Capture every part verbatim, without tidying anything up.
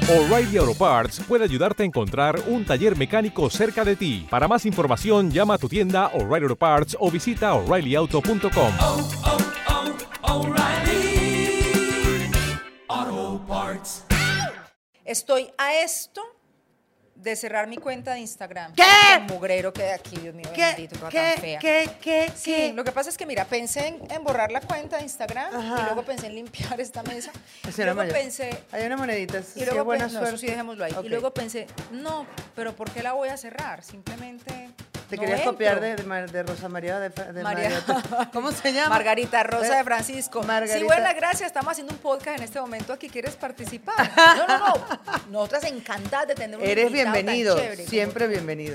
O'Reilly Auto Parts puede ayudarte a encontrar un taller mecánico cerca de ti. Para más información, llama a tu tienda O'Reilly Auto Parts o visita O'Reilly Auto punto com. Oh, oh, oh, O'Reilly Auto Parts. Estoy a esto de cerrar mi cuenta de Instagram. ¿Qué? Un mugrero que de aquí, Dios mío, ¿Qué? bendito, qué, ¿Qué? tan fea. ¿Qué? ¿Qué? Sí, ¿Qué? lo que pasa es que, mira, pensé en, en borrar la cuenta de Instagram. Ajá. Y luego pensé en limpiar esta mesa. Y Señora luego Maya, pensé... hay una monedita. Y sí, luego buena pensé, no, suerte. eso sí, dejémoslo ahí. Ok. Y luego pensé, no, pero ¿por qué la voy a cerrar? Simplemente Te no querías entro. copiar de, de, Mar- de Rosa María de, de María- María- ¿Cómo se llama? Margarita Rosa Eh, de Francisco. Margarita. Sí, buena, gracias. Estamos haciendo un podcast en este momento aquí. ¿Quieres participar? No, no, no. Nosotras encantadas de tener un Eres invitado tan bienvenido, chévere como siempre bienvenido.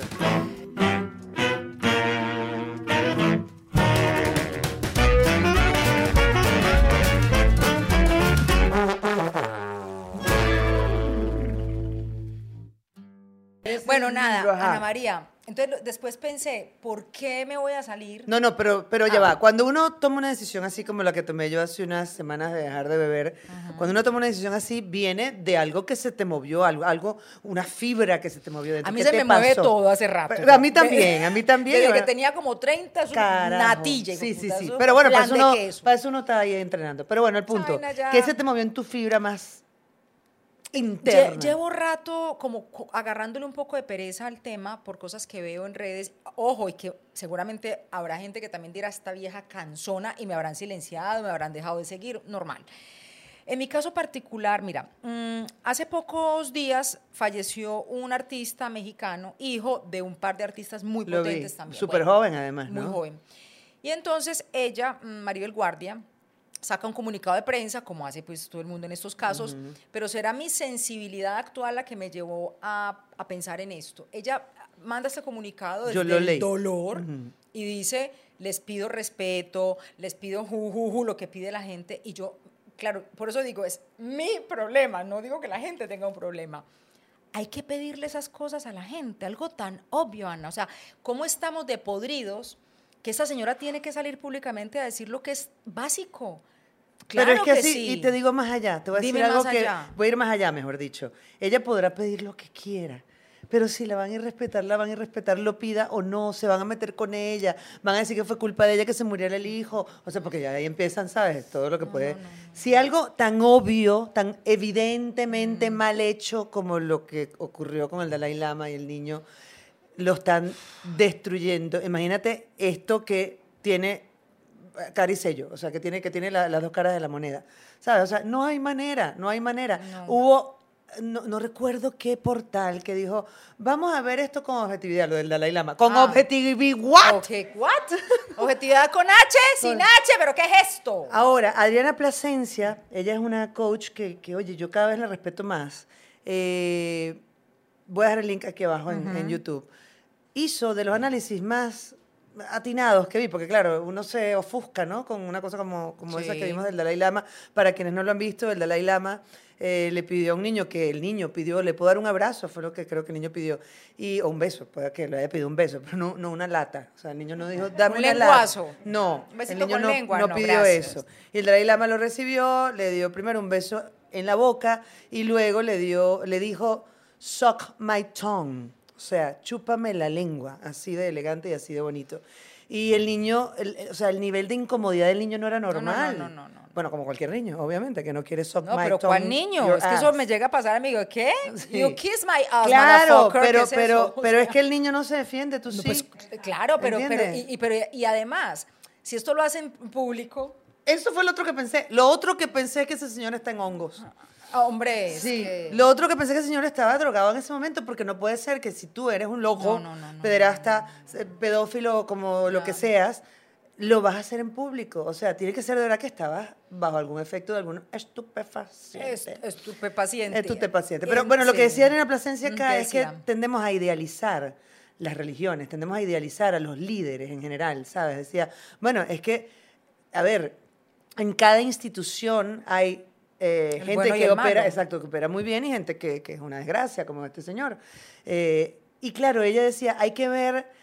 Bueno, nada, Ajá. Ana María. Entonces lo- después pensé, ¿por qué me voy a salir? No, no, pero, pero ya Ah. va. Cuando uno toma una decisión así como la que tomé yo hace unas semanas de dejar de beber, cuando uno toma una decisión así, viene de algo que se te movió, algo, algo una fibra que se te movió dentro. A mí ¿Qué se te me mueve pasó? todo hace rato. Pero a mí también, a mí también. Desde Yo- que tenía como treinta, eso es Carajo. natilla. hijo Sí, de sí, puta, sí. eso Pero bueno, para plan eso, de uno, queso. para eso uno está ahí entrenando. Pero bueno, el punto. vaina ya- ¿Qué se te movió en tu fibra más Lle- interna? Llevo rato como co- agarrándole un poco de pereza al tema por cosas que veo en redes. Ojo, y que seguramente habrá gente que también dirá esta vieja cansona y me habrán silenciado, me habrán dejado de seguir, normal. En mi caso particular, mira, mm, hace pocos días falleció un artista mexicano, hijo de un par de artistas muy Lo vi. potentes también. Súper Bueno, joven, además, ¿no? Muy joven. Y entonces ella, mm, Maribel Guardia, saca un comunicado de prensa, como hace pues todo el mundo en estos casos, pero será mi sensibilidad actual la que me llevó a, a pensar en esto. Ella manda este comunicado Yo desde lo el leí. dolor y dice, les pido respeto, les pido ju, ju, ju, lo que pide la gente, y yo, claro, por eso digo, es mi problema, no digo que la gente tenga un problema. Hay que pedirle esas cosas a la gente, algo tan obvio, Ana. O sea, ¿cómo estamos de podridos que esta señora tiene que salir públicamente a decir lo que es básico? Claro Pero es que, que sí, sí. y te digo más allá, te voy a Dime decir algo más que allá. voy a ir más allá, mejor dicho. Ella podrá pedir lo que quiera, pero si la van a ir a respetar, la van a ir a respetar, lo pida o no, se van a meter con ella, van a decir que fue culpa de ella que se muriera el hijo, o sea, porque ya ahí empiezan, ¿sabes? Todo lo que puede. Si algo tan obvio, tan evidentemente Mm. mal hecho como lo que ocurrió con el Dalai Lama y el niño, lo están destruyendo. Imagínate esto que tiene cara y sello, o sea, que tiene, que tiene la- las dos caras de la moneda, ¿sabes? O sea, no hay manera, no hay manera. No. Hubo, no, no recuerdo qué portal que dijo, vamos a ver esto con objetividad, lo del Dalai Lama. ¿Con Ah. objetividad? ¿What? Ok, ¿what? Objetividad con H, sin Con- H, ¿pero qué es esto? Ahora, Adriana Plasencia, ella es una coach que, que, oye, yo cada vez la respeto más. Eh, voy a dejar el link aquí abajo en, en YouTube. Hizo de los análisis más atinados que vi, porque claro, uno se ofusca, ¿no? Con una cosa como, como esa Sí. que vimos del Dalai Lama. Para quienes no lo han visto, el Dalai Lama eh, le pidió a un niño que el niño pidió, le puedo dar un abrazo, fue lo que creo que el niño pidió, y, o un beso, puede que le haya pedido un beso, pero no, no una lata. O sea, el niño no dijo, dame Un una lenguazo. lata. No, Un besito el niño con no, lengua, no no, pidió gracias. eso. Y el Dalai Lama lo recibió, le dio primero un beso en la boca y luego le dio, le dijo, suck my tongue. O sea, chúpame la lengua, así de elegante y así de bonito. Y el niño, el- o sea, el nivel de incomodidad del niño no era no, no, normal. no, no, no. Bueno, como cualquier niño, obviamente, que no quiere suck No, my pero tongue. ¿cuál niño? your Es que eso ass. me llega a pasar, amigo. ¿Qué? Sí. You kiss my ass, Claro, motherfucker. ¿Qué pero, es pero, eso? O pero es sea, que el niño no se defiende, tú no, sí. pues, claro, pero, pero, ¿Entiendes? y, y- pero, y además, si esto lo hacen en público, Eso fue lo otro que pensé. Lo otro que pensé es que ese señor está en hongos. ah, hombre, es Sí, que- lo otro que pensé que el señor estaba drogado en ese momento, porque no puede ser que si tú eres un loco, No, no, no, no, pederasta, eh, pedófilo, como lo que seas, lo vas a hacer en público. O sea, tiene que ser de verdad que estabas bajo algún efecto de algún estupefaciente. es estupefaciente. Estupefaciente. Pero En- bueno, lo que sí. decía Elena Plasencia Mm, acá ¿qué es que decía? tendemos a idealizar las religiones, tendemos a idealizar a los líderes en general, ¿sabes? Decía, bueno, es que, a ver, en cada institución hay eh, El gente bueno y que el opera, malo. exacto, que opera muy bien y gente que, que es una desgracia, como este señor. Eh, y claro, ella decía, hay que ver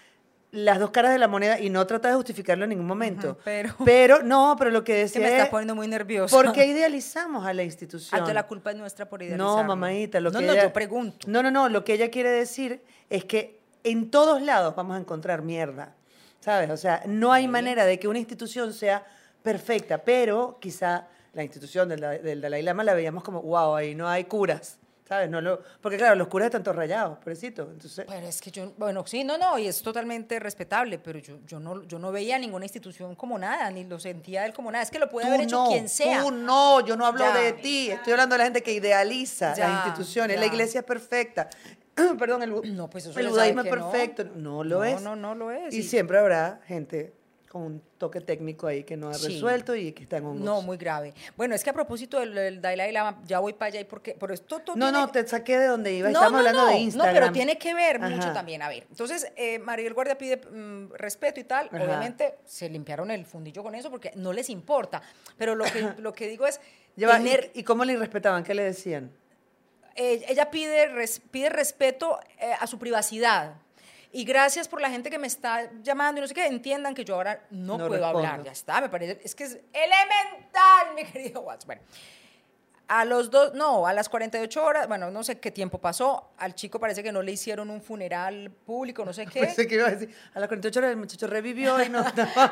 las dos caras de la moneda y no trata de justificarlo en ningún momento. Ujú, pero- Pero, no, pero lo que Que decía me está es, poniendo muy nerviosa. ¿por qué idealizamos a la institución? Entonces la culpa es nuestra por idealizarlo. No, mamadita, lo no, que no, ella- yo pregunto. No, no, no, lo que ella quiere decir es que en todos lados vamos a encontrar mierda, ¿sabes? O sea, no hay Sí. manera de que una institución sea perfecta, pero quizá la institución del, del Dalai Lama la veíamos como, wow, ahí no hay curas, ¿sabes? No lo, porque claro, los curas están todos rayados, pobrecito. Entonces, Pero es que yo, bueno, sí, no, no, y es totalmente respetable, pero yo, yo, no, yo no veía ninguna institución como nada, ni lo sentía él como nada. Es que lo puede haber hecho no, quien sea. tú no, yo no hablo Ya. de ti, estoy hablando de la gente que idealiza Ya, las instituciones. ya. La iglesia es perfecta. Perdón, el, bu- No, pues eso el ya budaísmo es sabe que no. perfecto. No, lo No, es. no, no lo es. Y Y- siempre habrá gente con un toque técnico ahí que no ha Sí. resuelto y que está en hongos. No, muy grave. Bueno, es que a propósito del, del Dalai Lama, ya voy para allá y porque, pero esto todo No, tiene- no, te saqué de donde iba. No, Estamos no, hablando no, de Instagram. No, pero tiene que ver mucho Ajá. también. A ver, entonces, eh, Maribel Guardia pide mm, respeto y tal. Ajá. Obviamente se limpiaron el fundillo con eso porque no les importa. Pero lo que, lo que digo es Lleva- tener... ¿y, ¿Y cómo le irrespetaban? ¿Qué le decían? eh, ella pide, res- pide respeto eh, a su privacidad. Y gracias por la gente que me está llamando y no sé qué, entiendan que yo ahora no, No puedo respondo. hablar. Ya está, me parece, es que es elemental, mi querido Watts. Bueno, a los dos, no, a las cuarenta y ocho horas, bueno, no sé qué tiempo pasó, al chico parece que no le hicieron un funeral público, no sé qué. Pensé que iba a decir, a las cuarenta y ocho horas el muchacho revivió y no...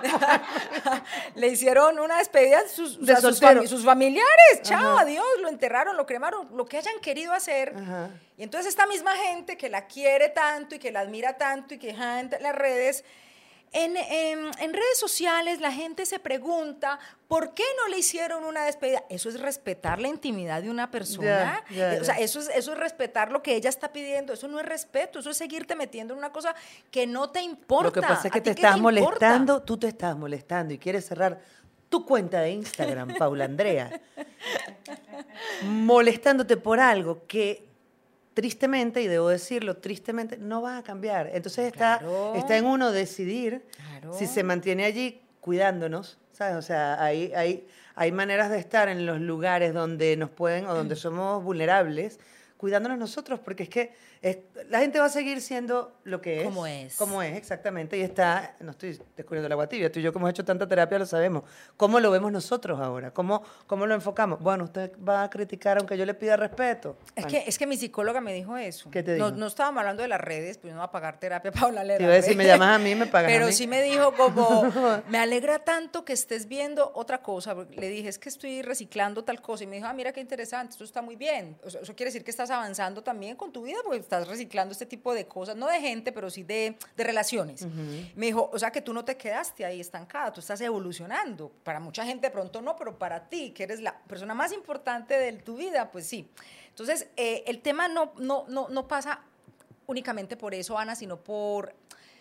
Le hicieron una despedida sus, o De sea, sus, soltero. fami- sus familiares, chao, Ajá. adiós, lo enterraron, lo cremaron, lo que hayan querido hacer. Ajá. Y entonces esta misma gente que la quiere tanto y que la admira tanto y que ja, en las redes, en, en- en redes sociales la gente se pregunta ¿por qué no le hicieron una despedida? Eso es respetar la intimidad de una persona. Ya, ya, Eh, o sea, ya. eso es, eso es respetar lo que ella está pidiendo. Eso no es respeto, eso es seguirte metiendo en una cosa que no te importa. Lo que pasa es que ¿A te ti qué estás importa? molestando, tú te estás molestando y quieres cerrar tu cuenta de Instagram, Paula Andrea, molestándote por algo que tristemente, y debo decirlo, tristemente, no va a cambiar. Entonces está, Claro. está en uno decidir Claro. si se mantiene allí cuidándonos, ¿sabes? O sea, hay, hay, hay maneras de estar en los lugares donde nos pueden o donde somos vulnerables, cuidándonos nosotros, porque es que es- la gente va a seguir siendo lo que es. Como es. Como es, exactamente. Y está, no estoy descubriendo el agua tibia, tú y yo que hemos hecho tanta terapia lo sabemos. ¿Cómo lo vemos nosotros ahora? ¿Cómo, cómo lo enfocamos? Bueno, usted va a criticar aunque yo le pida respeto. Es Bueno, que, es que mi psicóloga me dijo eso. ¿Qué te No, dijo? no estábamos hablando de las redes, pues no va a pagar terapia para hablarle de te las iba a decir, redes. me llamas a mí, me pagas a Pero mí. sí me dijo como, me alegra tanto que estés viendo otra cosa. Porque le dije, es que estoy reciclando tal cosa. Y me dijo, ah, mira qué interesante, esto está muy bien. O sea, eso quiere decir que estás avanzando también con tu vida, porque estás reciclando este tipo de cosas, no de gente, pero sí de, de relaciones. Me dijo, o sea, que tú no te quedaste ahí estancada, tú estás evolucionando. Para mucha gente de pronto no, pero para ti, que eres la persona más importante de tu vida, pues sí. Entonces, eh, el tema no, no, no, no pasa únicamente por eso, Ana, sino por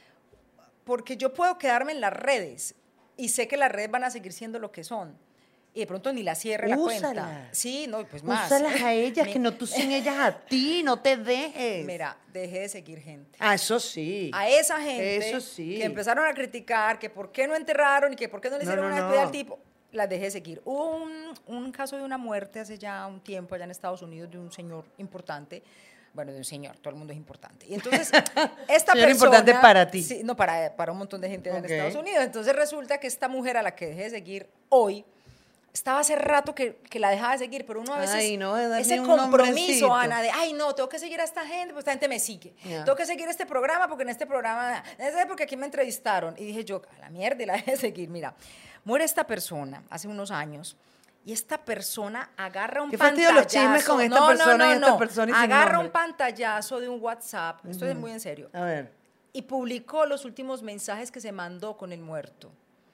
porque yo puedo quedarme en las redes y sé que las redes van a seguir siendo lo que son. Y de pronto ni la cierre la cuenta. Úsalas. Sí, no, pues más. Úsalas a ellas, Mi- que no tú sin ellas a ti, no te dejes. Mira, dejé de seguir gente. Ah, eso sí. A esa gente Eso sí. que empezaron a criticar que por qué no enterraron y que por qué no le No, hicieron no, una despedida no. al tipo, las dejé de seguir. Hubo un, un caso de una muerte hace ya un tiempo allá en Estados Unidos de un señor importante. Bueno, de un señor, todo el mundo es importante. Y entonces, esta Señor persona... importante para ti. Sí, no, para, para un montón de gente allá Ok. en Estados Unidos. Entonces resulta que esta mujer a la que dejé de seguir hoy, estaba hace rato que, que la dejaba de seguir, pero uno a veces, Ay, no, dale ese un compromiso, nombrecito. Ana, de, ay, no, tengo que seguir a esta gente, pues esta gente me sigue. Ya. Tengo que seguir este programa porque en este programa, es porque aquí me entrevistaron. Y dije yo, a la mierda, y la dejé de seguir. Mira, muere esta persona hace unos años y esta persona agarra un Qué fastidio pantallazo. los chismes con esta No, no, persona no, y esta no. persona y sin Agarra nombre. un pantallazo de un WhatsApp, esto es muy en serio, A ver. y publicó los últimos mensajes que se mandó con el muerto.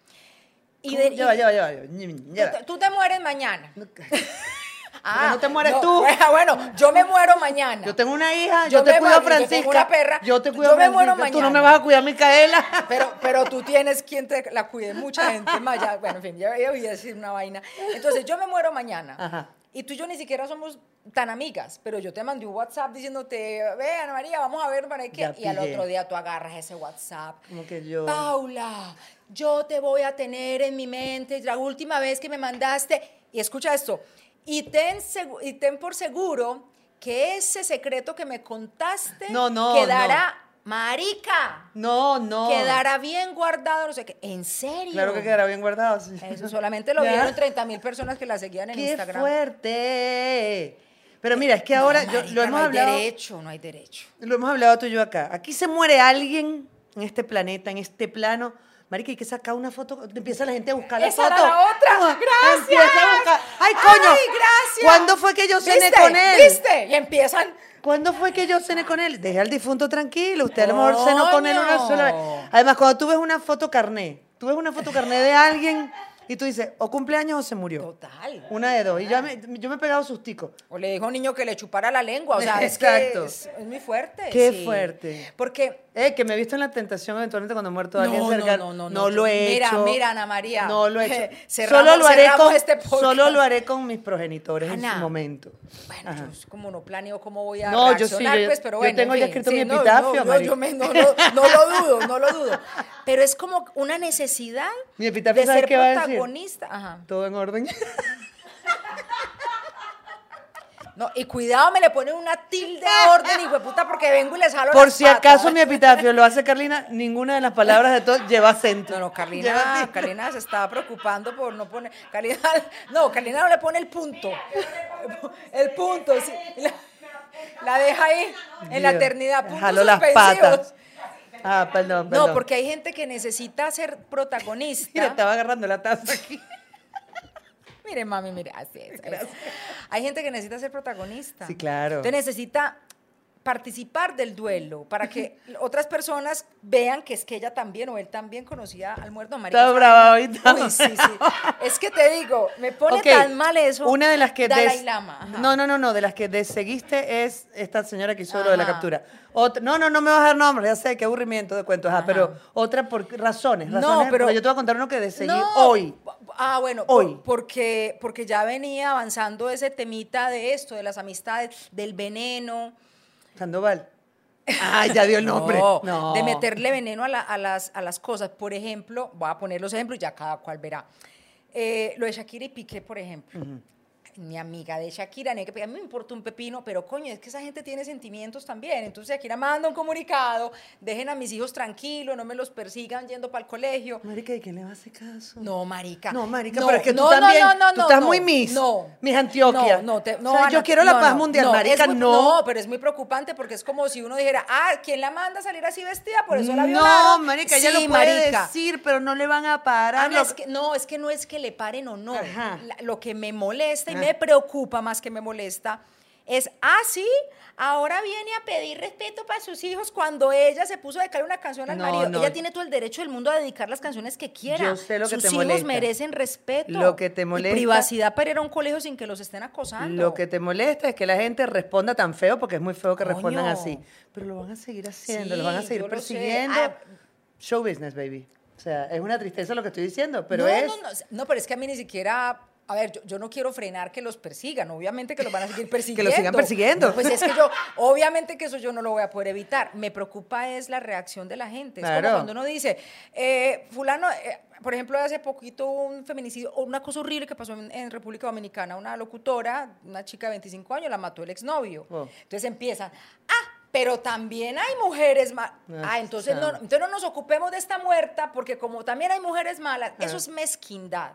Y ¿Cómo? de- Ya va, y- ya va, ya va, ya va. Ya va. Tú te- Tú te mueres mañana. Porque no te mueres tú. Bueno, yo me muero mañana. Yo tengo una hija, Yo yo, te me cuido a muero, yo tengo Francisca. una perra, Yo te cuido yo a me muero Francisca. Tú no me mañana. vas a cuidar a Micaela. Pero, pero tú tienes quien te la cuide, mucha gente más. Ya, bueno, en fin, ya ya voy a decir una vaina. Entonces, yo me muero mañana. Ajá. Y tú y yo ni siquiera somos tan amigas, pero yo te mandé un WhatsApp diciéndote, ve, Ana María, vamos a ver para qué. Ya Y al pillé. otro día tú agarras ese WhatsApp. Como que yo. Paula, yo te voy a tener en mi mente la última vez que me mandaste. Y escucha esto. Y ten, segu- y ten por seguro que ese secreto que me contaste No, no, quedará marica, No, no. quedará bien guardado, no sé qué. ¿En serio? Claro que quedará bien guardado. Sí. Eso solamente lo Ya. vieron treinta mil personas que la seguían en ¡Qué Instagram. fuerte! Pero mira, es que ahora No, yo, marica, lo hemos no hay hablado. derecho, no hay derecho. Lo hemos hablado tú y yo acá. Aquí se muere alguien en este planeta, en este plano. Marica, hay que sacar una foto. Empieza la gente a buscar la Esa foto. era la otra. Ah, Gracias. Empieza a buscar. ¡Ay, coño! Ay, gracias. ¿Cuándo fue que yo cené ¿Viste? con él? ¿Viste? Y empiezan. ¿Cuándo fue que yo cené con él? Deje al difunto tranquilo. Usted a lo mejor cenó con él una Coño. sola vez. Además, cuando tú ves una foto carné, tú ves una foto carné de alguien y tú dices, o cumpleaños o se murió. Total. Una de dos. Y yo me, yo me he pegado susticos. O le dijo a un niño que le chupara la lengua. O sea, Exacto. es que es, es muy fuerte. Qué sí. fuerte. Porque Eh, que me he visto en la tentación eventualmente cuando ha muerto No, alguien no, cercano. no, no, No no. lo he Mira, hecho. mira, Ana María. No lo he hecho. Cerramos- solo, lo haré cerramos con, este podcast. solo lo haré con mis progenitores en Ana, su momento. Bueno, Ajá. yo como no planeo cómo voy a No, yo sí, reaccionar, yo- pues, pero yo bueno. tengo en ya fin, escrito sí, mi no, epitafio, no, no, Mari. yo me- no, no, no lo dudo, no lo dudo. Pero es como una necesidad Mi epitafio, de ¿sabes ser qué va a decir? protagonista. Ajá. Todo en orden. No, y cuidado, me le ponen una tilde a orden, hijo de puta, porque vengo y les jalo Por las si patas. acaso mi epitafio lo hace Carlina, ninguna de las palabras de todo lleva acento. No, no, Lleva Carlina, acento. Carlina se estaba preocupando por no poner. Carlina, no, Carlina no le pone el punto. El punto, sí. La, la deja ahí en la Dios, eternidad. Puntos jaló las suspensivos. patas. Ah, perdón, perdón. No, porque hay gente que necesita ser protagonista. Mira, estaba agarrando la taza aquí. Mire, mami, mire, así es. es. Hay gente que necesita ser protagonista. Sí, claro. Entonces necesita participar del duelo para que otras personas vean que es que ella también o él también conocía al muerto. Marica, Está esa brava vaina- ahorita. Uy, sí, sí. Es que te digo, me pone Ok, tan mal eso. Una de las que Dalai des- Lama. ajá. No, no, no, no, de las que desseguiste es esta señora que hizo lo de la Ajá. captura. Otra, no, no, no me vas a dar nombre, ya sé, qué aburrimiento de cuentos. Ajá, Ajá. pero otra por razones, No, razones. pero- porque yo te voy a contar uno que deseguí No, hoy. Ah, bueno, Hoy. por- porque, porque ya venía avanzando ese temita de esto, de las amistades, del veneno. Sandoval. Ah, ya dio el nombre. No, No. de meterle veneno a, la- a las, a las cosas. Por ejemplo, voy a poner los ejemplos, ya cada cual verá. Eh, lo de Shakira y Piqué, por ejemplo. Mi amiga de Shakira, ni que a mí me importa un pepino, pero coño, es que esa gente tiene sentimientos también. Entonces Shakira manda un comunicado, dejen a mis hijos tranquilos, no me los persigan yendo para el colegio. Marica, ¿y quién le va a hacer caso? No, marica. No, marica, No, pero es que tú no, también, no, no, tú no, estás no, muy Miss. No. Miss Antioquia. No, no, te- no, o sea, Ana, yo quiero la no, paz no, mundial, no, marica, es muy- no. No, pero es muy preocupante porque es como si uno dijera, ah, ¿quién la manda a salir así vestida? Por eso la No, violaron. marica, ella Sí, lo puede marica. decir, pero no le van a parar. Ana, lo- es que, no, es que no es que le paren o no. Ajá. La- lo que me molesta y Ah. me preocupa más que me molesta es, ah, sí, ahora viene a pedir respeto para sus hijos cuando ella se puso a dedicarle una canción al No, marido. no. Ella tiene todo el derecho del mundo a dedicar las canciones que quiera. Yo sé lo que sus te hijos molesta. merecen respeto. Lo que te y molesta- privacidad para ir a un colegio sin que los estén acosando. Lo que te molesta es que la gente responda tan feo, porque es muy feo que Coño. respondan así. Pero lo van a seguir haciendo, Sí, lo van a seguir yo lo sé. persiguiendo. Ah, Show business, baby. O sea, es una tristeza lo que estoy diciendo, pero no, es... no, no, no, pero es que a mí ni siquiera... A ver, yo, yo no quiero frenar que los persigan, obviamente que los van a seguir persiguiendo. sigan persiguiendo. No, pues es que yo, obviamente que eso yo no lo voy a poder evitar. Me preocupa es la reacción de la gente. Es Claro. como cuando uno dice, eh, fulano, eh, por ejemplo, hace poquito hubo un feminicidio, o una cosa horrible que pasó en, en República Dominicana, una locutora, una chica de veinticinco años, la mató el exnovio. Oh. Entonces empiezan, ah, pero también hay mujeres malas. Ah, Ah, entonces no, chao. entonces no nos ocupemos de esta muerta, porque como también hay mujeres malas, eso Ah. es mezquindad.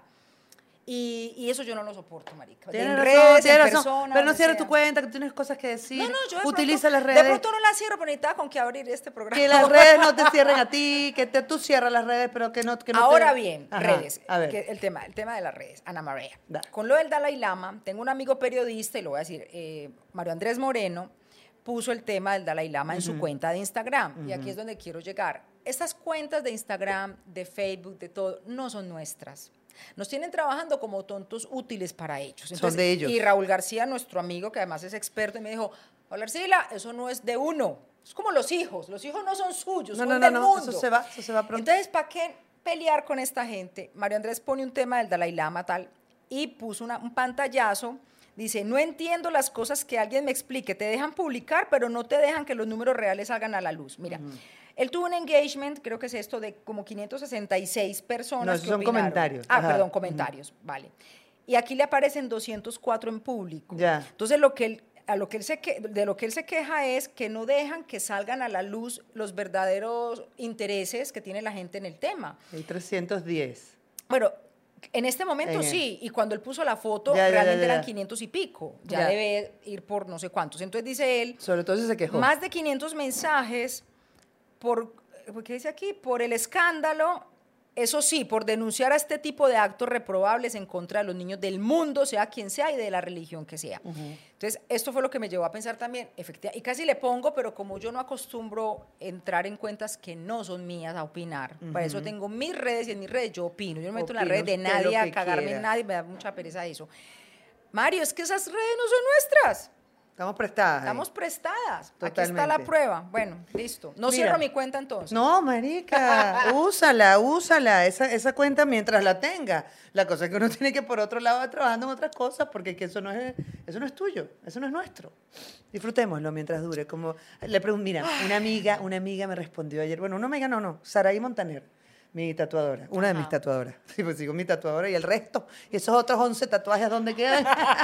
Y, y eso yo no lo soporto, marica. Tienes en razón, redes, tienes en razón. persona, pero no donde cierres sea. tu cuenta, que tienes cosas que decir. No, no, yo de Utiliza pronto, las redes. De pronto no la cierro, pero necesitaba con qué abrir este programa. Que las redes no te cierren a ti, que te, tú cierras las redes, pero que no, que no Ahora te... bien, Ajá, redes. A ver. que el, tema, el tema de las redes, Ana María. Da. Con lo del Dalai Lama, tengo un amigo periodista, y lo voy a decir, eh, Mario Andrés Moreno, puso el tema del Dalai Lama en su cuenta de Instagram. Y aquí es donde quiero llegar. Estas cuentas de Instagram, de Facebook, de todo, no son nuestras. Nos tienen trabajando como tontos útiles para ellos. Son de ellos. Y Raúl García, nuestro amigo, que además es experto, y me dijo, hola Arcila, eso no es de uno. Es como los hijos. Los hijos no son suyos, No, son no, no, del no, mundo. eso se va, eso se va pronto. Entonces, ¿para qué pelear con esta gente? Mario Andrés pone un tema del Dalai Lama tal y puso una- un pantallazo. Dice, no entiendo las cosas que alguien me explique. Te dejan publicar, pero no te dejan que los números reales salgan a la luz. Mira, él tuvo un engagement, creo que es esto, de como quinientas sesenta y seis personas. No, esos que son opinaron. comentarios. Ah, Ajá. perdón, comentarios, vale. Y aquí le aparecen doscientos cuatro en público. Ya. Entonces, lo que él a lo que él se que, de lo que él se queja es que no dejan que salgan a la luz los verdaderos intereses que tiene la gente en el tema. Hay trescientos diez. Bueno, en este momento En el- sí, y cuando él puso la foto, Ya, ya, ya, realmente ya, ya. eran quinientos y pico. Ya, Ya. debe ir por no sé cuántos. Entonces dice él, Sobre todo si se quejó. más de quinientos mensajes por, ¿qué dice aquí? Por el escándalo, eso sí, por denunciar a este tipo de actos reprobables en contra de los niños del mundo, sea quien sea y de la religión que sea. Entonces, esto fue lo que me llevó a pensar también, efectivamente, y casi le pongo, pero como yo no acostumbro entrar en cuentas que no son mías a opinar, para eso tengo mis redes y en mis redes yo opino. Yo no me meto en las Opina redes de usted lo nadie a que cagarme quiera. en nadie, me da mucha pereza eso. Mario, es que esas redes no son nuestras. Estamos prestadas. ahí. Estamos prestadas. Aquí está la Totalmente. prueba. Bueno, listo. No Mira. cierro mi cuenta entonces. No, marica, úsala, úsala, esa, esa cuenta mientras la tenga. La cosa es que uno tiene que por otro lado ir trabajando en otras cosas porque que eso no es eso no es tuyo, eso no es nuestro. Disfrutémoslo mientras dure. Como le pregunto, mira, una amiga, una amiga me respondió ayer, bueno, una amiga no, no, Saraí Montaner, mi tatuadora, una de mis Ajá. tatuadoras. Sí, pues sigo mi tatuadora y el resto, y esos otros once tatuajes, ¿dónde quedan?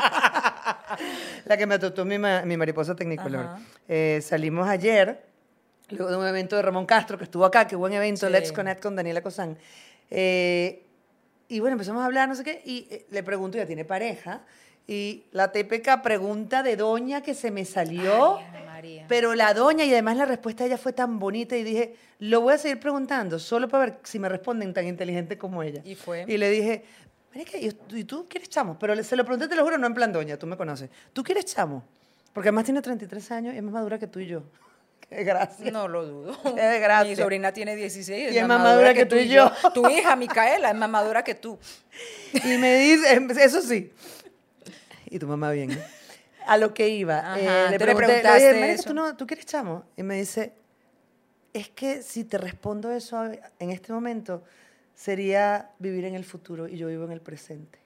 La que me tatuó mi, ma- mi mariposa Technicolor. Ajá. Eh, salimos ayer, luego de un evento de Ramón Castro, que estuvo acá, qué buen evento, Sí. Let's Connect con Daniela Cosán. Eh, y bueno, empezamos a hablar, no sé qué, y eh, le pregunto, ya tiene pareja, y la T P K pregunta de doña que se me salió, Ay, Ana María. pero la doña, y además la respuesta de ella fue tan bonita, y dije, lo voy a seguir preguntando, solo para ver si me responden tan inteligente como ella. Y fue. Y le dije, marica, ¿y y tú quieres chamo? Pero le- se lo pregunté, te lo juro, no en plan doña, tú me conoces. ¿Tú quieres chamo? Porque además tiene treinta y tres años y es más madura que tú y yo. Qué gracia. No lo dudo. Qué desgracia. Mi sobrina tiene dieciséis. Y es más madura que tú y yo. Tu hija, Micaela, es más madura que tú. Y me dice, eso sí. Y tu mamá bien. ¿eh? A lo que iba. Ajá, eh, tú le le pregunté, le preguntaste dije, "Marica, eso". ¿tú, no, ¿tú quieres chamo? Y me dice, es que si te respondo eso a- en este momento, sería vivir en el futuro y yo vivo en el presente.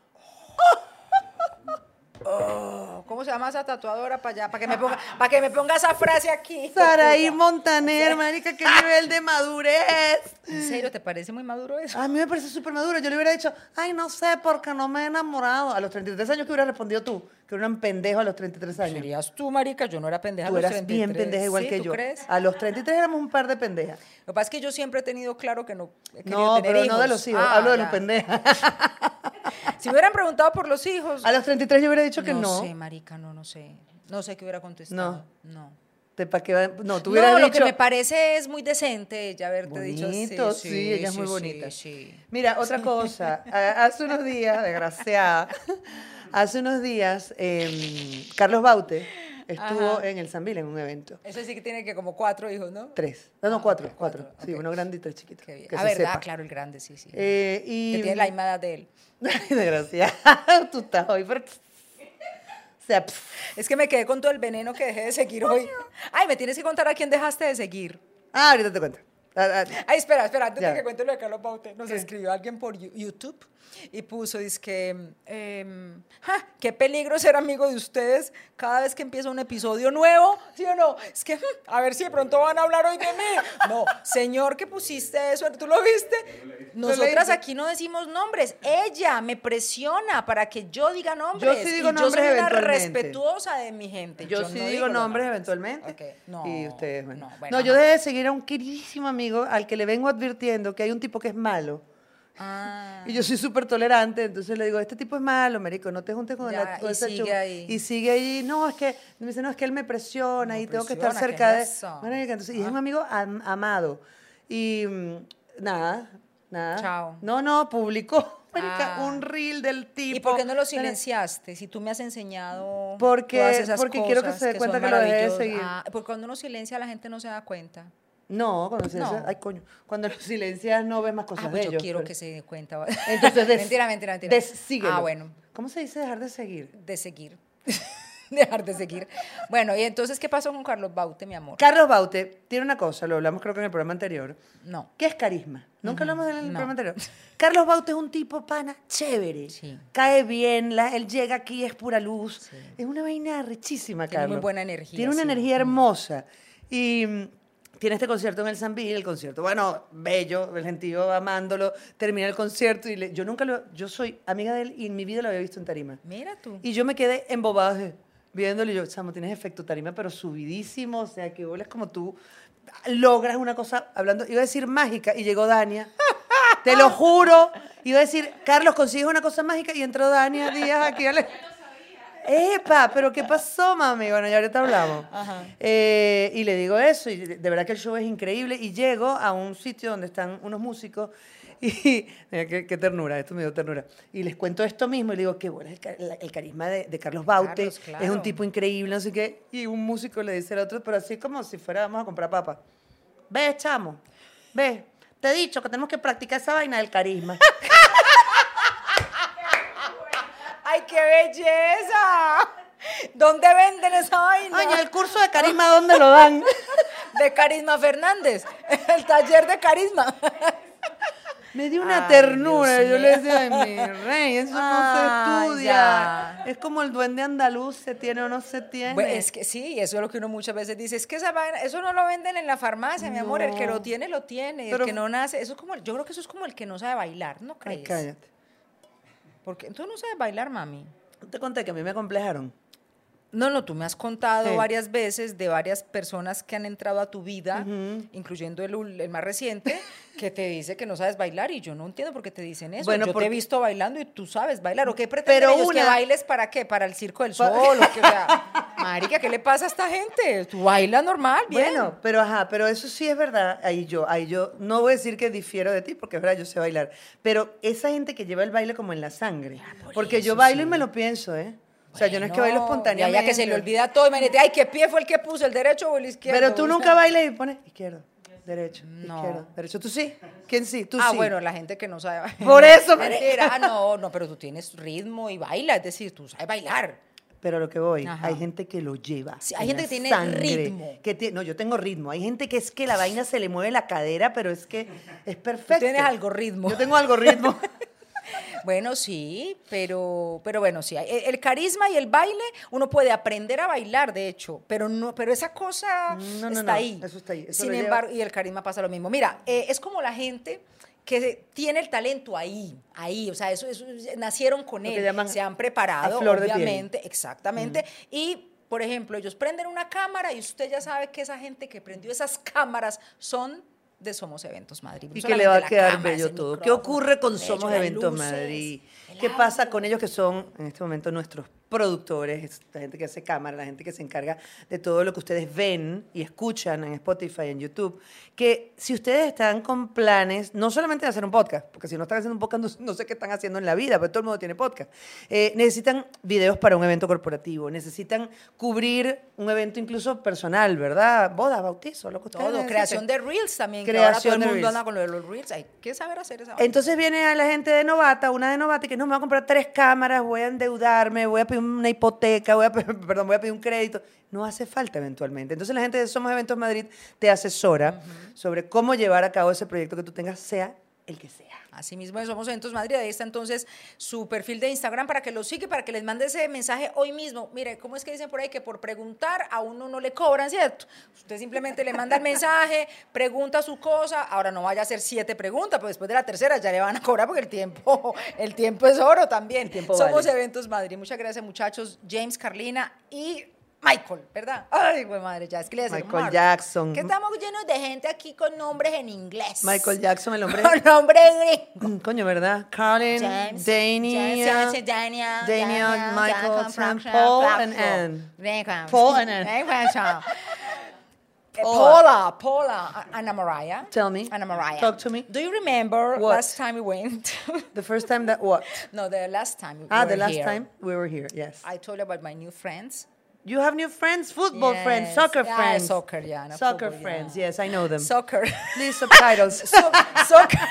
Oh, ¿cómo se llama esa tatuadora para allá? Para que me ponga, para que me ponga esa frase aquí. Saraí Montaner, marica, qué nivel de madurez. ¿En serio te parece muy maduro eso? A mí me parece súper maduro. Yo le hubiera dicho, ay, no sé, porque no me he enamorado. A los treinta y tres años, ¿qué hubieras respondido tú? Que era un pendejo a los treinta y tres años. Serías tú, marica, yo no era pendeja. a Tú los eras treinta y bien tres. pendeja igual ¿Sí? que ¿Tú yo. crees? A los treinta y tres éramos un par de pendejas. Lo que pasa es que yo siempre he tenido claro que no he querido No, tener pero hijos. no de los hijos, Ah, hablo de ya. los pendejas. Si me hubieran preguntado por los hijos. A los treinta y tres yo hubiera dicho que no. no. sé, marica, no, no sé. No sé qué hubiera contestado. No. Te pa' que va- no, tú hubieras No, lo dicho... que me parece es muy decente ella haberte dicho Bonito, sí, sí, ella es muy sí, bonita. sí, sí. Mira, otra cosa. a- Hace unos días, desgraciada, hace unos días, em, Carlos Baute estuvo Ajá. en el Sambil en un evento. Ese sí que tiene que como cuatro hijos, ¿no? Tres. No, no, Ah, cuatro. ok, cuatro. cuatro, Sí, ok. uno grande y tres chiquitos. Qué bien. Que A se ver, sepa. ah, claro, el grande, sí, sí. Eh, y... que tiene la misma edad de él. Ay, desgraciada. Tú estás hoy, pero... O sea, pff. Es que me quedé con todo el veneno que dejé de seguir hoy. Ay, me tienes que contar a quién dejaste de seguir. Ah, ahorita te cuento. Ah, ah, Ay, espera, espera, antes Ya. de que cuente lo de Carlos Baute, nos ¿Qué? escribió alguien por Yu- YouTube y puso, dice que, em, "Ja, qué peligro ser amigo de ustedes cada vez que empieza un episodio nuevo, ¿sí o no? Es que, hmm, a ver si de pronto van a hablar hoy de mí. No, señor que pusiste eso, ¿tú lo viste? Nosotras leíste. aquí no decimos nombres, ella me presiona para que yo diga nombres. Yo sí digo y nombres yo soy una eventualmente. respetuosa de mi gente. Yo, sí digo nombres eventualmente. Ok, no, y ustedes, bueno. no, No, bueno, yo ajá. dejé de seguir a un queridísimo amigo al que le vengo advirtiendo que hay un tipo que es malo. Ah. Y yo soy súper tolerante, entonces le digo, este tipo es malo, marico, no te juntes con, Ya, la, con y esa sigue chu-". ahí. Y sigue ahí, no, es que, me dice, no, es que él me presiona Me y tengo que estar presiona, ¿qué cerca de... es eso? Marica, entonces, y es Ah. un amigo am- amado. Y mm, nada, nada. Chao. No, no, publicó, marica, Ah. un reel del tipo. ¿Y por qué no lo silenciaste? Si tú me has enseñado Porque- todas esas porque cosas quiero que se dé cuenta son que lo dejé de maravillosas. seguir. Ah, porque cuando uno silencia la gente no se da cuenta. No, cuando silencias, No. ay, coño, cuando lo silencias no ves más cosas Ah, de pues yo ellos. quiero pero- que se dé cuenta. Entonces, des- mentira, mentira, mentira. des- síguelo. Ah, bueno, ¿Cómo se dice dejar de seguir? de seguir. Dejar de seguir. Bueno, y entonces, ¿qué pasó con Carlos Baute, mi amor? Carlos Baute tiene una cosa, lo hablamos creo que en el programa anterior, No. que es carisma. Nunca hablamos de él en el No. programa anterior. Carlos Baute es un tipo pana chévere. Sí. Cae bien, la- él llega aquí, es pura luz. Es una vaina richísima, Tiene Carlos. muy buena energía, Tiene una sí. energía hermosa. Y mm, tiene este concierto en el Sambil, el concierto, bueno, bello, el gentío amándolo, termina el concierto y le- yo nunca lo, yo soy amiga de él y en mi vida lo había visto en tarima. Mira tú. Y yo me quedé embobada. dije, viéndolo y yo, chamo, tienes efecto tarima, pero subidísimo, o sea, que es como tú logras una cosa, hablando, iba a decir mágica, y llegó Dania, te lo juro, iba a decir, Carlos, consigues una cosa mágica, y entró Dania Díaz aquí, ale- ¡Epa! ¿Pero qué pasó, mami? Bueno, ya ahorita hablamos. Eh, y le digo eso, y de de verdad que el show es increíble, y llego a un sitio donde están unos músicos, y mira, qué, qué ternura, esto me dio ternura. Y les cuento esto mismo, y le digo, qué bueno, el, ca- la- el carisma de, de Carlos Baute, Carlos, claro. es un tipo increíble, no sé qué, y un músico le dice al otro, pero así como si fuera, vamos a comprar papas. Ve, chamo, ve, te he dicho que tenemos que practicar esa vaina del carisma. ¡Ay, qué belleza! ¿Dónde venden esa vaina? Oye, el curso de carisma, ¿dónde lo dan? De Carisma Fernández, el taller de carisma. Me dio una Ay, ternura. Dios Yo mío. le decía, ay, mi rey, eso no se Ay, estudia. ya. Es como el duende andaluz, se tiene o no se tiene. Bueno, es que sí, eso es lo que uno muchas veces dice, es que esa vaina, eso no lo venden en la farmacia, mi amor, el que No. lo tiene, lo tiene, Pero- el que no nace, eso es como, yo creo que eso es como el que no sabe bailar, ¿no Ay, crees? cállate. Porque tú no sabes bailar, mami. ¿No te conté que a mí me acomplejaron? No, no, tú me has contado Sí. varias veces de varias personas que han entrado a tu vida, incluyendo el, ul- el más reciente, que te dice que no sabes bailar y yo no entiendo por qué te dicen eso. Bueno, yo te porque- he visto bailando y tú sabes bailar. ¿O qué pretenden Pero ellos? ¿Que una- bailes para qué? ¿Para el Circo del Sol? ¿O qué? O sea, marica, ¿qué le pasa a esta gente? Tú bailas normal, bien. Bueno, pero ajá, pero eso sí es verdad. Ahí yo, ahí yo, no voy a decir que difiero de ti, porque es verdad, yo sé bailar. Pero esa gente que lleva el baile como en la sangre. por Porque yo eso bailo sí. y me lo pienso, ¿eh? O sea, yo no es que bailo No, espontáneamente. Ya, ya que se le olvida todo, imagínate, ay, ¿qué pie fue el que puso, el derecho o el izquierdo? Pero tú O nunca sea, bailas y pones izquierdo, derecho, No. izquierdo, derecho. ¿Tú sí? ¿Quién sí? Tú Ah, sí. bueno, la gente que no sabe bailar. Por eso, marica. Mentira, ah, no, no, pero tú tienes ritmo y baila, es decir, tú sabes bailar. Pero a lo que voy, Ajá. hay gente que lo lleva. Sí, hay en gente la que tiene sangre, ritmo. que tie- no, yo tengo ritmo. Hay gente que es que la vaina se le mueve la cadera, pero es que es Tú perfecto. tienes algoritmo. Yo tengo algoritmo. Bueno, sí, pero, pero bueno, sí. El, el carisma y el baile, uno puede aprender a bailar, de hecho, pero no, pero esa cosa No, no, está no, ahí. eso está ahí, eso Sin lo lleva- embargo, y el carisma pasa lo mismo. Mira, eh, es como la gente que tiene el talento ahí, ahí, o sea, eso, eso- nacieron con Lo que él, llaman se han preparado, a flor de piel. obviamente, exactamente, y por ejemplo, ellos prenden una cámara y usted ya sabe que esa gente que prendió esas cámaras son de Somos Eventos Madrid. Y No que le va a solamente la quedar cámara, bello ese todo. ¿Qué micrófono, ocurre con bello, Somos las Eventos luces, Madrid? el ¿Qué pasa audio. con ellos que son en este momento nuestros productores, la gente que hace cámara, la gente que se encarga de todo lo que ustedes ven y escuchan en Spotify, en YouTube? Que si ustedes están con planes, no solamente de hacer un podcast, porque si no están haciendo un podcast, no, no sé qué están haciendo en la vida, pero todo el mundo tiene podcast. Eh, necesitan videos para un evento corporativo, necesitan cubrir un evento incluso personal, ¿verdad? Bodas, bautizos, lo que ustedes Todo, necesiten. creación de reels también, que ahora todo Creación el de mundo reels. anda con lo de los reels. Hay que saber hacer esa vaina. Entonces viene a la gente de novata, una de novata, y que no, me voy a comprar tres cámaras, voy a endeudarme, voy a pedir una hipoteca, voy a, pe- perdón, voy a pedir un crédito. No hace falta eventualmente. Entonces la gente de Somos Eventos Madrid te asesora sobre cómo llevar a cabo ese proyecto que tú tengas, sea el que sea. Así mismo Somos Eventos Madrid, ahí está entonces su perfil de Instagram para que lo siga, y para que les mande ese mensaje hoy mismo. Mire, ¿cómo es que dicen por ahí que por preguntar a uno no le cobran, cierto? Usted simplemente le manda el mensaje, pregunta su cosa, ahora no vaya a hacer siete preguntas, pues después de la tercera ya le van a cobrar porque el tiempo, el tiempo es oro también. El tiempo Somos vale. Eventos Madrid. Muchas gracias, muchachos. James, Carlina y Michael, ¿verdad? Ay, güey, madre, ya es que le decía Michael Mark. Jackson. Que estamos llenos de gente aquí con nombres en inglés. Michael Jackson, el hombre... Con nombre gringo. Coño, ¿verdad? Carlin, James, Dania, James, James, Daniel, Daniel, Daniel, Michael, Daniel, Sam, Fraction, Paul, Fraction. and Anne. Venga. Paul and Anne. Venga. Eh, Paula. Paula, Paula, Anna Mariah. Tell me. Anna Mariah. Talk to me. Do you remember What? last time we went? The first time that what? No, the last time we Ah, were the last here. time we were here, yes. I told you about my new friends. You have new friends, football friends, Yes. soccer Yeah, friends. soccer, yeah, no, Soccer football, friends, yeah. yes, I know them. Soccer. Please, subtitles. So- soccer.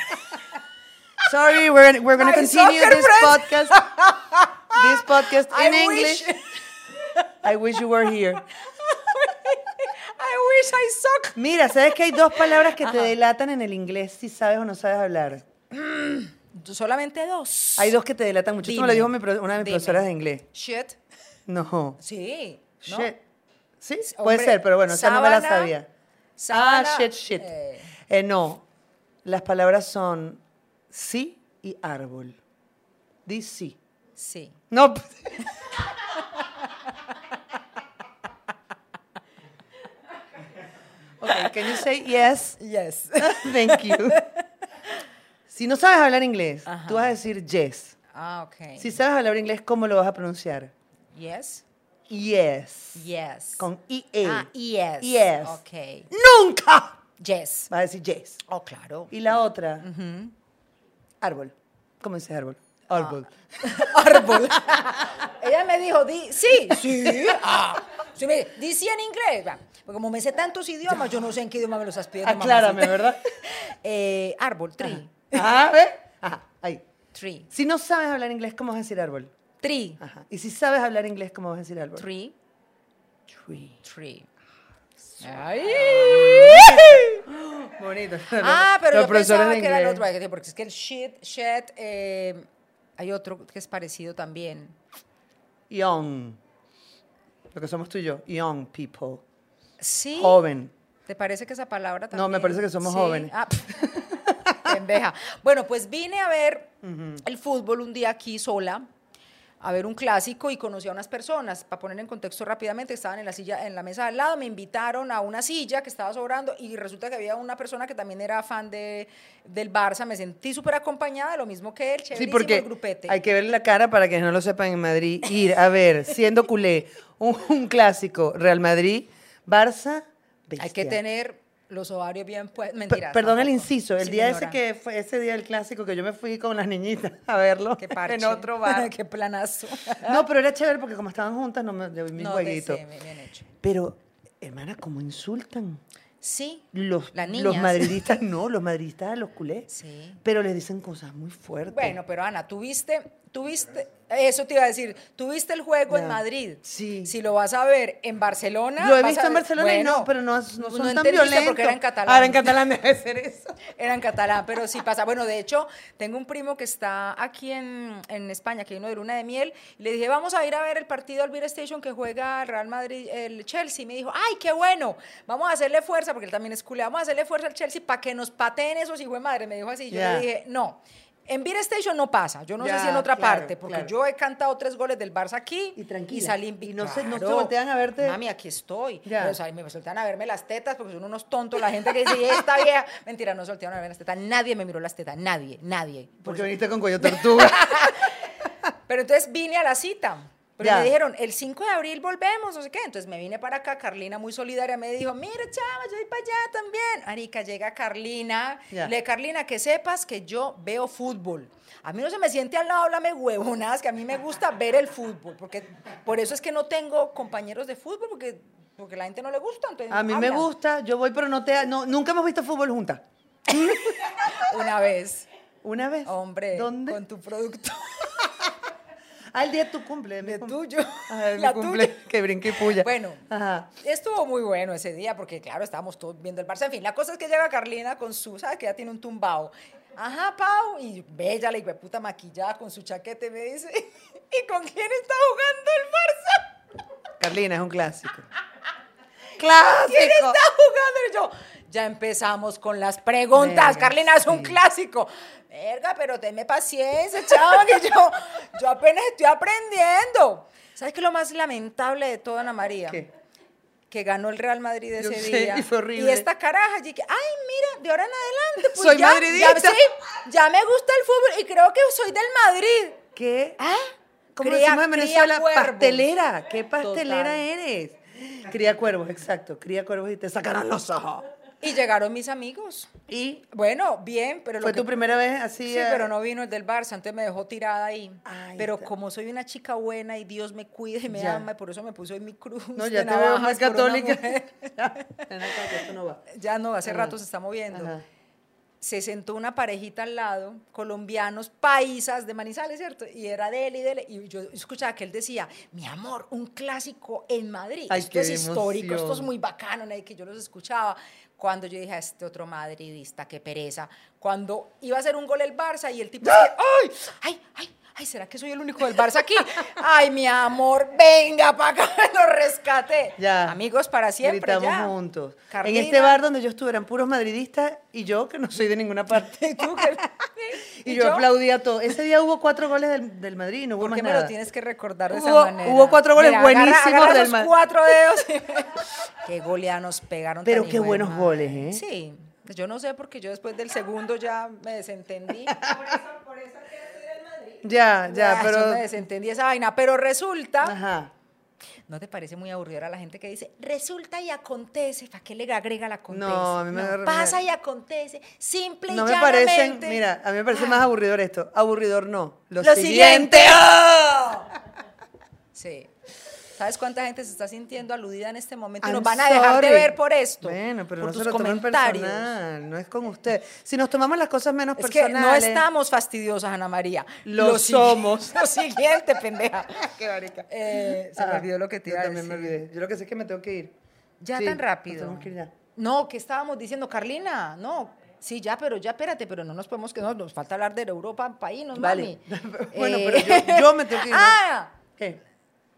Sorry, we're, we're going My to continue soccer this friends. podcast. This podcast in I English. wish- I wish you were here. I wish I suck. Mira, ¿sabes que hay dos palabras que te delatan en el inglés si sabes o no sabes hablar? Solamente dos. Hay dos que te delatan mucho. Esto me lo Dime. dijo mi pro- una de mis Dime. profesoras de inglés. Shit. No. Sí. ¿no? Shit. Sí, Hombre, puede ser, pero bueno, esa no me la sábana, sabía. sábana, ah, shit, shit. eh, Eh, no, las palabras son sí y árbol. Di sí. sí. No. Okay, can you say yes? Yes. Thank you. Si no sabes hablar inglés, Ajá. tú vas a decir yes. Ah, ok. Si sabes hablar inglés, ¿cómo lo vas a pronunciar? Yes. Yes. Yes. Con I E. Ah, yes. Yes. Ok. ¡Nunca! Yes. Vas a decir yes. Oh, claro. Y la otra, árbol. ¿Cómo dice árbol? Árbol. Árbol. Ella me dijo, di, sí, sí. Ah. Sí, me, di sí en inglés. Va. Porque como me sé tantos idiomas, yo no sé en qué idioma me los estás pidiendo. Aclárame, mamacita. ¿verdad? eh, árbol, tree. Ajá, ¿ves? Ajá, ahí. Tree. Si no sabes hablar inglés, ¿cómo vas a decir árbol? Tree. Ajá. Y si sabes hablar inglés, ¿cómo vas a decir árbol? Tree. Tree. Tree. Ay. Bonito. Ah, pero Los yo profesores pensaba de que era el inglés. otro, porque es que el shit, shit, eh, hay otro que es parecido también. Young. Lo que somos tú y yo. Young people. Sí. Joven. ¿Te parece que esa palabra también? No, me parece que somos Sí. jóvenes. Ah, pendeja. Bueno, pues vine a ver el fútbol un día aquí sola, a ver un clásico y conocí a unas personas. Para poner en contexto rápidamente, estaban en la silla, en la mesa de al lado, me invitaron a una silla que estaba sobrando y resulta que había una persona que también era fan de, del Barça. Me sentí súper acompañada, lo mismo que él, Sí, chéverísimo porque el grupete. hay que ver la cara para que no lo sepan en Madrid. Ir a ver, siendo culé, un, un clásico, Real Madrid, Barça, bestia. Hay que tener los ovarios bien puestos. Pe- Mentiras. Perdón el tampoco. inciso, el Sí, día señora. ese que fue ese día del clásico que yo me fui con las niñitas a verlo Qué parche. en otro bar. Qué planazo. No, pero era chévere porque como estaban juntas no me dio mi No, jueguito. sí, bien hecho. Pero, hermana, ¿cómo insultan? Sí. Los, Las los niñas. madridistas, no, los madridistas a los culés. Sí. Pero les dicen cosas muy fuertes. Bueno, pero Ana, tuviste, tuviste, eso te iba a decir, tuviste el juego Ya. en Madrid. Sí. Si lo vas a ver en Barcelona. Lo he vas visto a en ver- Barcelona y bueno, no, pero no, no son tan entendiste violentos. porque era en catalán. Ahora en catalán debe ser eso. Era en catalán, pero sí pasa. Bueno, de hecho, tengo un primo que está aquí en, en España, que vino de luna de miel, y le dije, vamos a ir a ver el partido al Beer Station que juega el Real Madrid, el Chelsea. Y me dijo, ay, qué bueno, vamos a hacerle fuerza, porque él también es culé, vamos a hacerle fuerza al Chelsea para que nos pateen esos hijos de madre. Me dijo así. Yo Ya. le dije, no. En Beer Station no pasa, yo no Ya, sé si en otra claro, parte, porque claro. yo he cantado tres goles del Barça aquí Y tranquila. y salí Y no se- no se Claro. voltean a verte. Mami, aquí estoy. Ya. Pero, o sea, me voltean a verme las tetas porque son unos tontos la gente que dice, "Y esta vieja". Mentira, no se voltearon a verme las tetas. Nadie me miró las tetas, nadie, nadie. Por Porque eso- viniste con cuello tortuga. Pero entonces vine a la cita. Pero Ya. me dijeron, el cinco de abril volvemos, no sé qué. Entonces me vine para acá, Carlina muy solidaria me dijo, mira, chava, yo voy para allá también. Arica, llega Carlina. Ya. Y le dije, Carlina, que sepas que yo veo fútbol. A mí no se me siente al lado, háblame huevonadas, que a mí me gusta ver el fútbol. Porque por eso es que no tengo compañeros de fútbol, porque, porque la gente no le gusta. Entonces A mí me hablan. gusta, yo voy, pero no te... No, nunca hemos visto fútbol juntas. Una vez, ¿Una vez? hombre, ¿Dónde? con tu producto. Ah, el día de tu cumple. De mi De cum- tuyo. Ah, de mi La cumple, tuya. que brinque y puya. Bueno, Ajá. estuvo muy bueno ese día porque, claro, estábamos todos viendo el Barça. En fin, la cosa es que llega Carlina con su, ¿sabes? Que ya tiene un tumbao. Ajá, Pau. Y bella, la puta maquillada con su chaqueta y me dice, ¿y con quién está jugando el Barça? Carlina, es un clásico. ¿Quién ¡Clásico! está jugando? Y yo, ya empezamos con las preguntas. Verga, Carlina, es un sí. clásico. Verga, pero tenme paciencia, chava, que yo, yo apenas estoy aprendiendo. ¿Sabes qué es lo más lamentable de todo, Ana María? ¿Qué? Que ganó el Real Madrid Yo ese sé, día. y fue horrible. Y esta caraja, y que, ay, mira, de ahora en adelante, pues Soy ya, madridista. Ya, sí, ya me gusta el fútbol y creo que soy del Madrid. ¿Qué? ¿Ah? Como Cría- decimos en cría Venezuela, cuervos. pastelera. ¿Qué pastelera Total. eres? Cría cuervos, exacto. Cría cuervos y te sacarán los ojos. Y llegaron mis amigos. Y Bueno, bien, pero lo fue que tu primera vez así. Sí, eh, pero no vino el del Barça, entonces me dejó tirada ahí. Ay, pero está. como soy una chica buena y Dios me cuida y me Ya. ama, y por eso me puso en mi cruz No, de ya te veo muy navajas por una católica. mujer. Ya, ven acá, que esto no va. Ya no, hace Ajá. rato se está moviendo. Ajá. Se sentó una parejita al lado, colombianos, paisas de Manizales, ¿cierto? Y era de él y de él. Y yo escuchaba que él decía, mi amor, un clásico en Madrid. Ay, esto qué es histórico, esto es emoción. muy bacano, ¿no? Y que yo los escuchaba. Cuando yo dije a este otro madridista, qué pereza. Cuando iba a hacer un gol el Barça y el tipo decía, ¡ay! ¡Ay! ¡Ay! Ay, ¿será que soy el único del Barça aquí? Ay, mi amor, venga para acá, lo rescaté. Ya. Amigos para siempre, Gritamos ya. juntos. Carlina. En este bar donde yo estuve eran puros madridistas y yo que no soy de ninguna parte. ¿Y tú qué? Y, ¿Y yo, yo? aplaudía todo. Ese día hubo cuatro goles del, del Madrid, no hubo ¿Por más qué me nada. lo tienes que recordar de Hubo- esa manera? hubo cuatro goles Mira, agarra- buenísimos agarra del esos Madrid. cuatro dedos. Qué goleada nos pegaron. Pero tan qué hijo de buenos madre. goles, ¿eh? Sí. Yo no sé porque yo después del segundo ya me desentendí. Por eso, por eso que soy del Madrid. Ya, ya, Ah, pero... Yo me desentendí esa vaina. Pero resulta... Ajá. ¿No te parece muy aburrido a la gente que dice, resulta y acontece? ¿Para qué le agrega la acontece? No, a mí me agarra- Pasa me- y acontece, simple y No me llanamente. parecen, mira, a mí me parece más aburridor esto. Aburridor no. Lo, Lo siguiente. siguiente. ¡Oh! Sí. ¿Sabes cuánta gente se está sintiendo aludida en este momento? Y nos I'm van a dejar de sorry. ver por esto. Bueno, pero por no tus se lo tomen comentarios. personal, no es con usted. Si nos tomamos las cosas menos Es que personales. no estamos fastidiosas, Ana María. Lo si- somos. Lo siguiente, pendeja. Qué marica. Eh, se me Ah, olvidó lo que te yo iba a también me decir. olvidé. Yo lo que sé es que me tengo que ir. Ya Sí, tan nos rápido. tenemos que ir ya. No, ¿qué estábamos diciendo, Carlina? No, sí, ya, pero ya, espérate, pero no nos podemos que no, nos falta hablar de Europa, país, nos Vale. mami. Bueno, Eh, pero yo, yo me tengo que ir. ¿no? Ah, ¿Qué?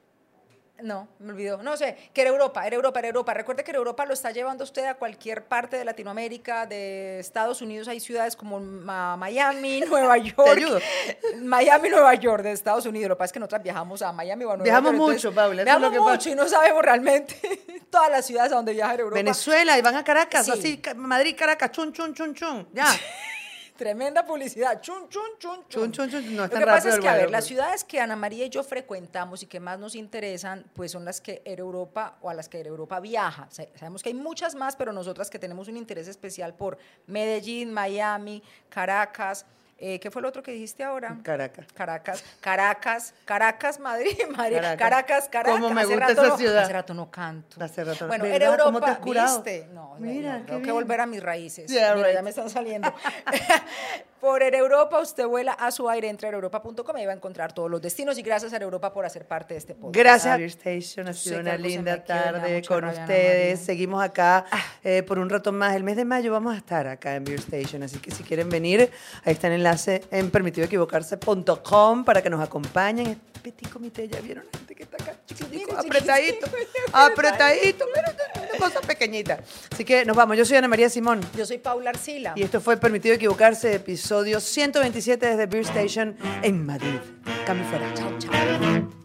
no, me olvidó. No sé, que era Europa, era Europa, era Europa. Recuerde que era Europa lo está llevando usted a cualquier parte de Latinoamérica, de Estados Unidos. Hay ciudades como Ma- Miami, Nueva York. ayudo. Miami, Nueva York, de Estados Unidos. Lo que pasa es que nosotras viajamos a Miami o a Nueva Viajamos York. entonces, mucho, Paula, eso es Viajamos lo que pasa. mucho y no sabemos realmente todas las ciudades a donde viaja en Europa. Venezuela y van a Caracas, Sí. así, Ca- Madrid, Caracas, chun, chun, chun, chun. Ya. Tremenda publicidad. Chun, chun, chun, Chun, chun, chun. No Lo es tan que pasa rápido es el que, a ver, vuelo, las pues. ciudades que Ana María y yo frecuentamos y que más nos interesan, pues son las que Air Europa o a las que Air Europa viaja. Sa- Sabemos que hay muchas más, pero nosotras que tenemos un interés especial por Medellín, Miami, Caracas. Eh, ¿Qué fue lo otro que dijiste ahora? Caracas. Caracas, Caracas, Caracas, Madrid, Madrid, Caracas. Caracas, Caracas. Cómo me Hace gusta rato esa no- ciudad. Hace rato no canto. Hace rato no- Bueno, ¿Verdad? Air Europa, ¿Cómo te has curado? ¿viste? No, Mira, no, qué tengo que bien. volver a mis raíces. Yeah, Mira, right. ya me están saliendo. Por Air Europa, usted vuela a su aire, entra a air europa punto com y va a encontrar todos los destinos. Y gracias a Air Europa por hacer parte de este podcast. Gracias. Beer Station, ha Sé sido que una algo se linda me queda, me da tarde mucha con rabia, Ana ustedes. María. Seguimos acá eh, por un rato más. El mes de mayo vamos a estar acá en Beer Station, así que si quieren venir, ahí está el enlace en permitido equivocarse punto com para que nos acompañen. Es petit comité, ya vieron la gente que está acá, chiquitico, Chiquitico, apretadito, chiquitico, apretadito, pero una cosa pequeñita. Así que nos vamos. Yo soy Ana María Simón. Yo soy Paula Arcila. Y esto fue Permitido Equivocarse, episodio ciento veintisiete desde Beer Station en Madrid. Cambio fuera. Chao, chao.